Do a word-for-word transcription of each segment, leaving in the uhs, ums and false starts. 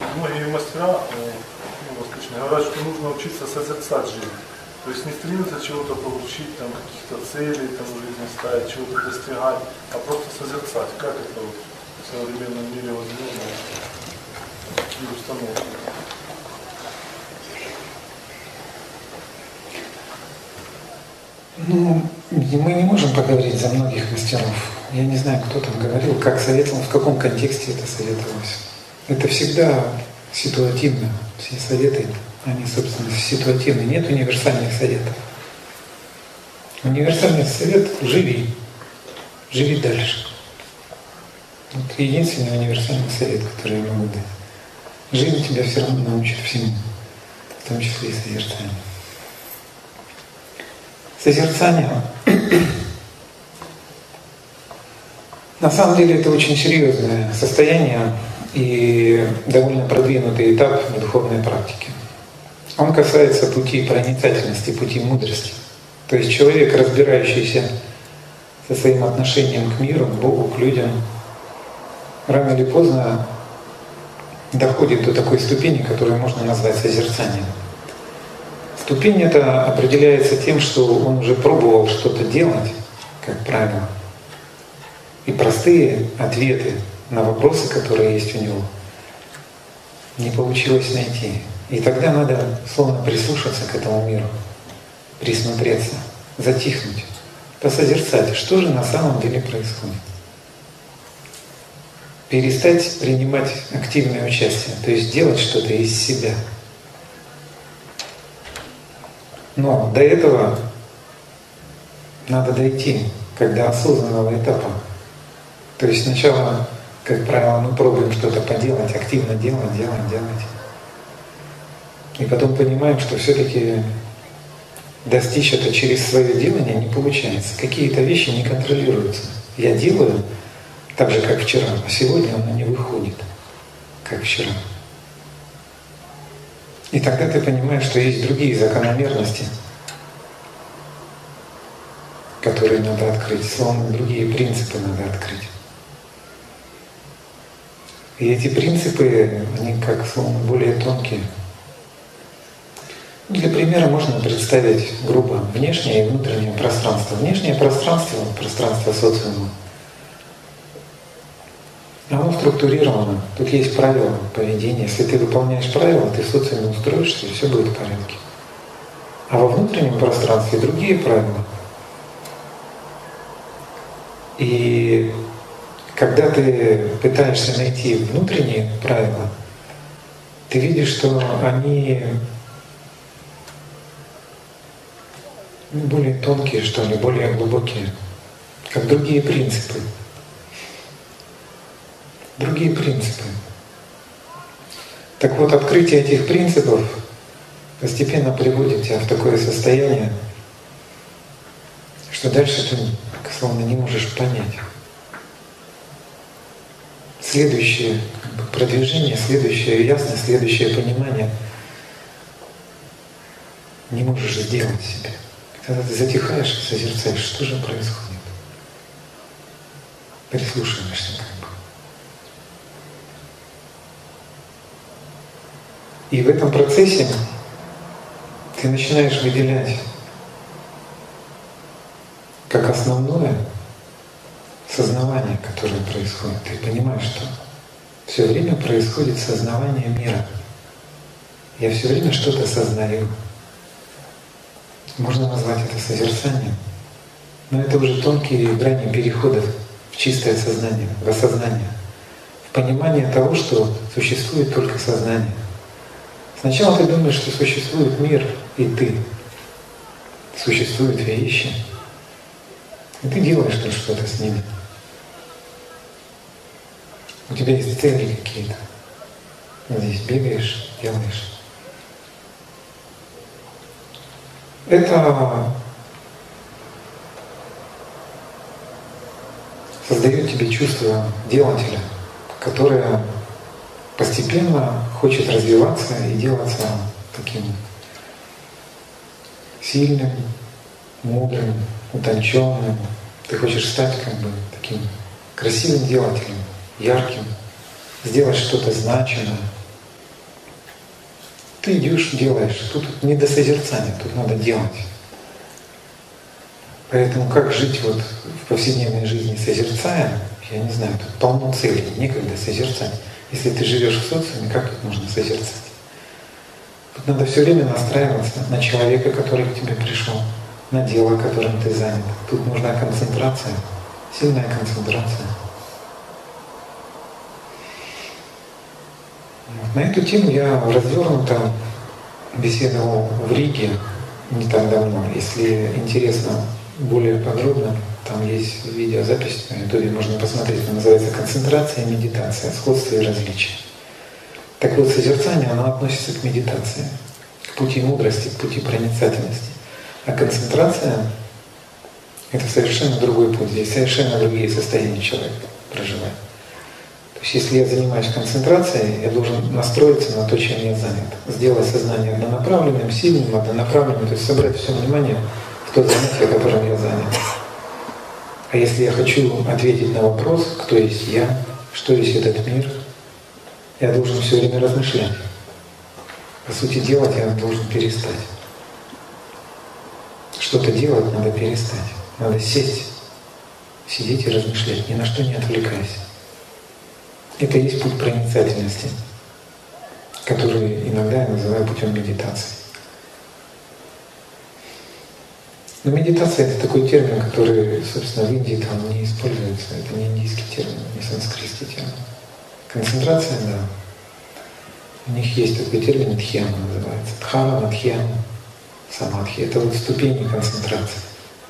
многие мастера, ну, восточные, говорят, что нужно учиться созерцать жизнь. То есть не стремиться чего-то получить, там, каких-то целей там, в жизни ставить, чего-то достигать, а просто созерцать. Как это вот в современном мире возможно? Какие установки? Ну, мы не можем поговорить за многих мастеров. Я не знаю, кто там говорил, как советовал, в каком контексте это советовалось. Это всегда ситуативно. Все советы, они, собственно, ситуативны. Нет универсальных советов. Универсальный совет – живи. Живи дальше. Вот единственный универсальный совет, который я могу дать. Жизнь тебя все равно научит всему, в том числе и созерцанию. Созерцание. На самом деле это очень серьезное состояние и довольно продвинутый этап в духовной практике. Он касается пути проницательности, пути мудрости. То есть человек, разбирающийся со своим отношением к миру, к Богу, к людям, рано или поздно доходит до такой ступени, которую можно назвать созерцанием. Ступень эта определяется тем, что он уже пробовал что-то делать, как правило, и простые ответы на вопросы, которые есть у него, не получилось найти. И тогда надо словно прислушаться к этому миру, присмотреться, затихнуть, посозерцать, что же на самом деле происходит. Перестать принимать активное участие, то есть делать что-то из себя. Но до этого надо дойти, когда осознанного этапа. То есть сначала, как правило, мы пробуем что-то поделать, активно делать, делать, делать. И потом понимаем, что все-таки достичь это через свое делание не получается. Какие-то вещи не контролируются. Я делаю так же, как вчера, а сегодня оно не выходит, как вчера. И тогда ты понимаешь, что есть другие закономерности, которые надо открыть, словно другие принципы надо открыть. И эти принципы, они как словно более тонкие. Для примера можно представить грубо внешнее и внутреннее пространство. Внешнее пространство, пространство социума, оно структурировано. Тут есть правила поведения. Если ты выполняешь правила, ты в социуме устроишься, и все будет в порядке. А во внутреннем пространстве другие правила. И когда ты пытаешься найти внутренние правила, ты видишь, что они более тонкие, что ли, более глубокие, как другие принципы. Другие принципы. Так вот, открытие этих принципов постепенно приводит тебя в такое состояние, что дальше ты словно не можешь понять. Следующее как бы, продвижение, следующее ясность, следующее понимание не можешь сделать себе. Когда ты затихаешь и созерцаешь, что же происходит. Прислушиваешься как бы. И в этом процессе ты начинаешь выделять как основное сознавание, которое происходит. Ты понимаешь, что все время происходит сознавание мира. Я все время что-то сознаю. Можно назвать это созерцанием, но это уже тонкие грани переходов в чистое сознание, в осознание, в понимание того, что существует только сознание. Сначала ты думаешь, что существует мир и ты, существуют вещи, и ты делаешь что-то с ними. У тебя есть цели какие-то. Здесь бегаешь, делаешь. Это создает тебе чувство делателя, которое постепенно хочет развиваться и делаться таким сильным, мудрым, утонченным. Ты хочешь стать как бы таким красивым делателем, ярким, сделать что-то значимое, Ты идешь, делаешь. Тут не до созерцания, тут надо делать. Поэтому как жить вот в повседневной жизни, созерцая, я не знаю, тут полно целей, некогда созерцать. Если ты живешь в социуме, как тут можно созерцать? Тут надо все время настраиваться на человека, который к тебе пришел, на дело, которым ты занят. Тут нужна концентрация, сильная концентрация. Вот. На эту тему я развернуто беседовал в Риге не так давно. Если интересно более подробно, там есть видеозапись на ютубе, можно посмотреть, она называется «Концентрация и медитация. Сходство и различия». Так вот, созерцание, оно относится к медитации, к пути мудрости, к пути проницательности. А концентрация — это совершенно другой путь, здесь совершенно другие состояния человек проживает. То есть если я занимаюсь концентрацией, я должен настроиться на то, чем я занят. Сделать сознание однонаправленным, сильным, однонаправленным, то есть собрать все внимание в то занятие, которым я занят. А если я хочу ответить на вопрос, кто есть я, что есть этот мир, я должен все время размышлять. По сути, делать я должен перестать. Что-то делать надо перестать. Надо сесть, сидеть и размышлять, ни на что не отвлекаясь. Это и есть путь проницательности, который иногда я называю путем медитации. Но медитация — это такой термин, который, собственно, в Индии там не используется. Это не индийский термин, не санскритский термин. Концентрация, да. У них есть такой термин, дхьяна называется. Дхарана, дхьяна, самадхи. Это вот ступени концентрации.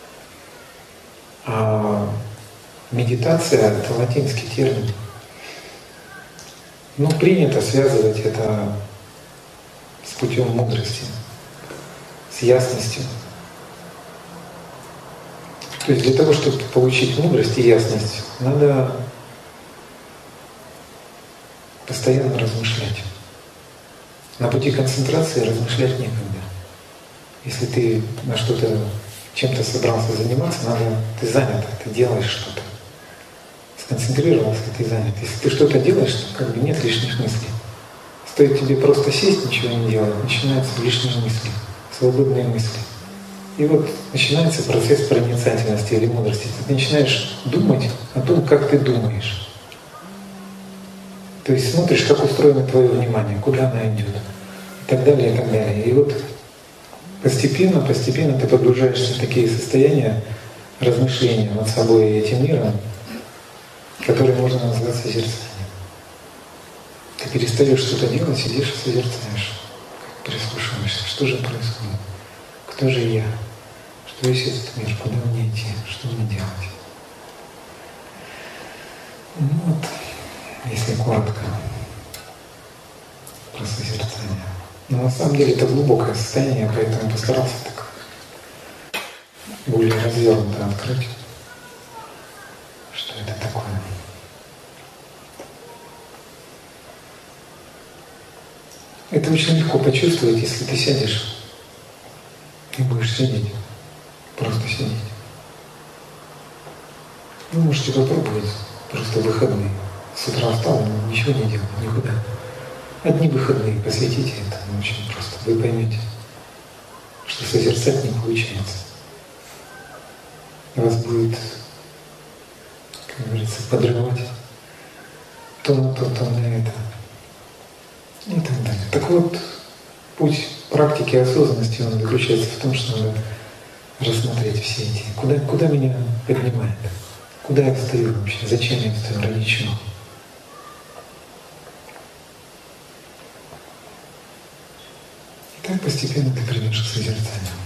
А медитация — это латинский термин. Ну, принято связывать это с путем мудрости, с ясностью. То есть для того, чтобы получить мудрость и ясность, надо постоянно размышлять. На пути концентрации размышлять некогда. Если ты на что-то, чем-то собрался заниматься, надо, ты занят, ты делаешь что-то. Сконцентрировался, ты занят. Если ты что-то делаешь, то как бы нет лишних мыслей. Стоит тебе просто сесть, ничего не делать, начинаются лишние мысли, свободные мысли. И вот начинается процесс проницательности или мудрости. Ты начинаешь думать о том, как ты думаешь. То есть смотришь, как устроено твое внимание, куда оно идет, и так далее, и так далее. И вот постепенно, постепенно ты погружаешься в такие состояния размышления над собой и этим миром, которые можно назвать созерцанием. Ты перестаешь что-то делать, сидишь и созерцаешь, прислушиваешься, что же происходит, кто же я, что есть этот мир, куда мне идти, что мне делать. Ну вот, если коротко про созерцание. Но на самом деле это глубокое состояние, поэтому постарался так более развернуто открыть, что это такое. Это очень легко почувствовать, если ты сядешь и будешь сидеть, просто сидеть. Вы можете попробовать просто выходные. С утра встал, ничего не делал, никуда. Одни выходные, посвятите этому очень просто. Вы поймете, что созерцать не получается. Вас будет, как говорится, подрывать то на то, то на это. И так далее. Так вот, путь практики осознанности, он заключается в том, что надо рассмотреть все эти, куда, куда меня поднимает, куда я встаю вообще, зачем я встаю, ради чего. И так постепенно ты придешь к созерцанию.